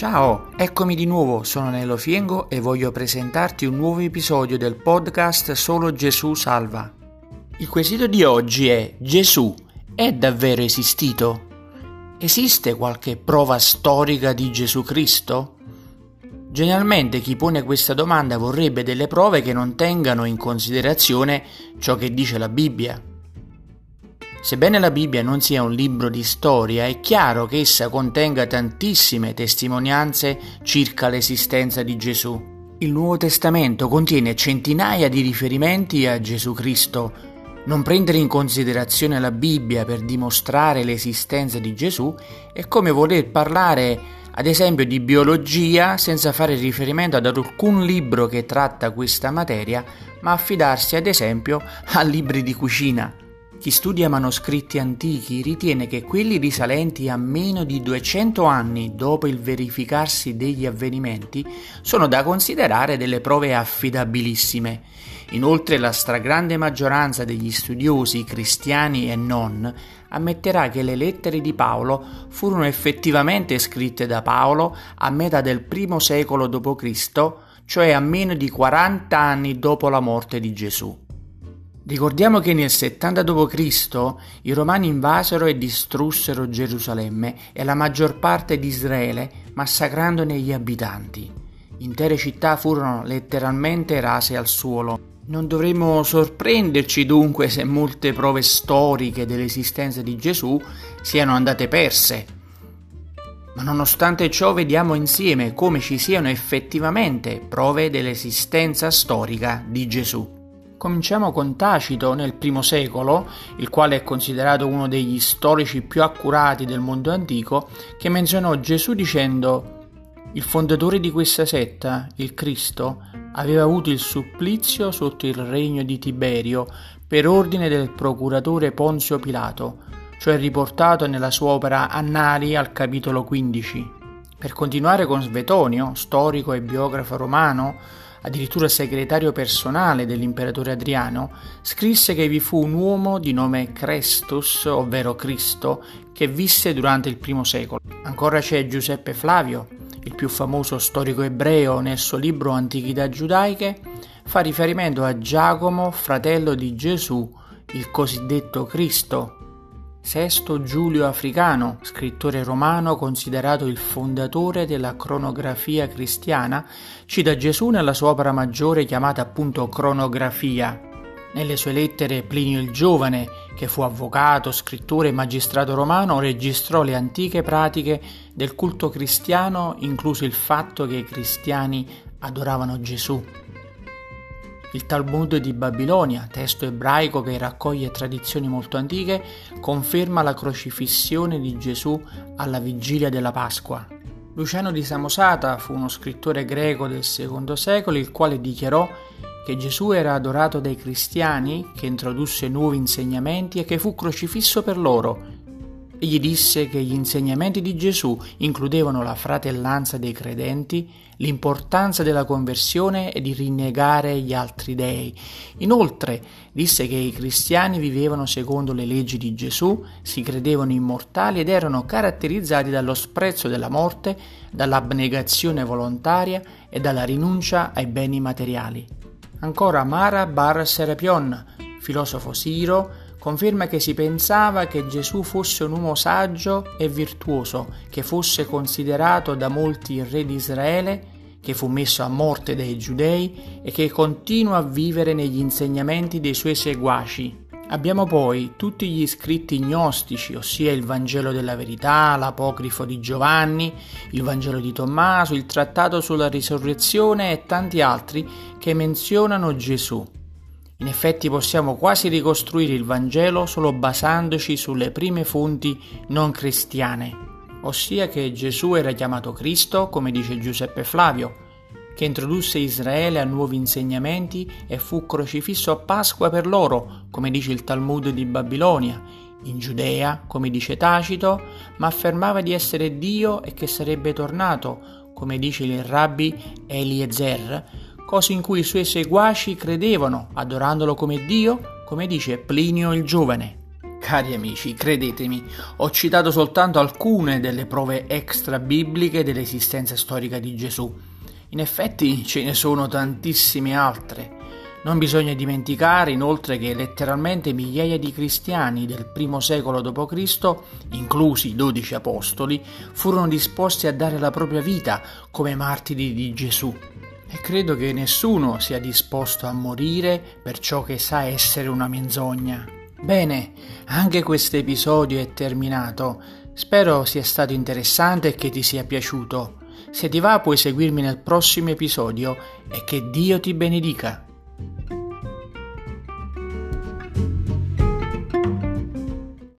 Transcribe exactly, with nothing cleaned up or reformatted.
Ciao, eccomi di nuovo, sono Nello Fiengo e voglio presentarti un nuovo episodio del podcast Solo Gesù Salva. Il quesito di oggi è: Gesù è davvero esistito? Esiste qualche prova storica di Gesù Cristo? Generalmente chi pone questa domanda vorrebbe delle prove che non tengano in considerazione ciò che dice la Bibbia. Sebbene la Bibbia non sia un libro di storia, è chiaro che essa contenga tantissime testimonianze circa l'esistenza di Gesù. Il Nuovo Testamento contiene centinaia di riferimenti a Gesù Cristo. Non prendere in considerazione la Bibbia per dimostrare l'esistenza di Gesù è come voler parlare, ad esempio, di biologia senza fare riferimento ad alcun libro che tratta questa materia, ma affidarsi, ad esempio, a libri di cucina. Chi studia manoscritti antichi ritiene che quelli risalenti a meno di duecento anni dopo il verificarsi degli avvenimenti sono da considerare delle prove affidabilissime. Inoltre la stragrande maggioranza degli studiosi, cristiani e non, ammetterà che le lettere di Paolo furono effettivamente scritte da Paolo a metà del primo secolo dopo Cristo, cioè a meno di quaranta anni dopo la morte di Gesù. Ricordiamo che nel settanta dopo Cristo i Romani invasero e distrussero Gerusalemme e la maggior parte di Israele, massacrandone gli abitanti. Intere città furono letteralmente rase al suolo. Non dovremmo sorprenderci dunque se molte prove storiche dell'esistenza di Gesù siano andate perse. Ma nonostante ciò vediamo insieme come ci siano effettivamente prove dell'esistenza storica di Gesù. Cominciamo con Tacito nel primo secolo, il quale è considerato uno degli storici più accurati del mondo antico, che menzionò Gesù dicendo: «Il fondatore di questa setta, il Cristo, aveva avuto il supplizio sotto il regno di Tiberio per ordine del procuratore Ponzio Pilato», cioè riportato nella sua opera Annali al capitolo quindici. Per continuare con Svetonio, storico e biografo romano, addirittura segretario personale dell'imperatore Adriano, scrisse che vi fu un uomo di nome Crestus, ovvero Cristo, che visse durante il primo secolo. Ancora c'è Giuseppe Flavio, il più famoso storico ebreo, nel suo libro Antichità giudaiche, fa riferimento a Giacomo, fratello di Gesù, il cosiddetto Cristo. Sesto Giulio Africano, scrittore romano considerato il fondatore della cronografia cristiana, cita Gesù nella sua opera maggiore chiamata appunto Cronografia. Nelle sue lettere Plinio il Giovane, che fu avvocato, scrittore e magistrato romano, registrò le antiche pratiche del culto cristiano, incluso il fatto che i cristiani adoravano Gesù. Il Talmud di Babilonia, testo ebraico che raccoglie tradizioni molto antiche, conferma la crocifissione di Gesù alla vigilia della Pasqua. Luciano di Samosata fu uno scrittore greco del secondo secolo, il quale dichiarò che Gesù era adorato dai cristiani, che introdusse nuovi insegnamenti e che fu crocifisso per loro. Egli disse che gli insegnamenti di Gesù includevano la fratellanza dei credenti, l'importanza della conversione e di rinnegare gli altri dei. Inoltre disse che i cristiani vivevano secondo le leggi di Gesù, si credevano immortali ed erano caratterizzati dallo sprezzo della morte, dall'abnegazione volontaria e dalla rinuncia ai beni materiali. Ancora Mara bar Serapion, filosofo siro, conferma che si pensava che Gesù fosse un uomo saggio e virtuoso, che fosse considerato da molti il re di Israele, che fu messo a morte dai giudei e che continua a vivere negli insegnamenti dei suoi seguaci. Abbiamo poi tutti gli scritti gnostici, ossia il Vangelo della Verità, l'Apocrifo di Giovanni, il Vangelo di Tommaso, il Trattato sulla Risurrezione e tanti altri che menzionano Gesù. In effetti possiamo quasi ricostruire il Vangelo solo basandoci sulle prime fonti non cristiane, ossia che Gesù era chiamato Cristo, come dice Giuseppe Flavio, che introdusse Israele a nuovi insegnamenti e fu crocifisso a Pasqua per loro, come dice il Talmud di Babilonia, in Giudea, come dice Tacito, ma affermava di essere Dio e che sarebbe tornato, come dice il rabbi Eliezer, cosa in cui i suoi seguaci credevano, adorandolo come Dio, come dice Plinio il Giovane. Cari amici, credetemi, ho citato soltanto alcune delle prove extra bibliche dell'esistenza storica di Gesù. In effetti ce ne sono tantissime altre. Non bisogna dimenticare inoltre che letteralmente migliaia di cristiani del primo secolo dopo Cristo, inclusi i dodici apostoli, furono disposti a dare la propria vita come martiri di Gesù. E credo che nessuno sia disposto a morire per ciò che sa essere una menzogna. Bene, anche questo episodio è terminato. Spero sia stato interessante e che ti sia piaciuto. Se ti va puoi seguirmi nel prossimo episodio e che Dio ti benedica.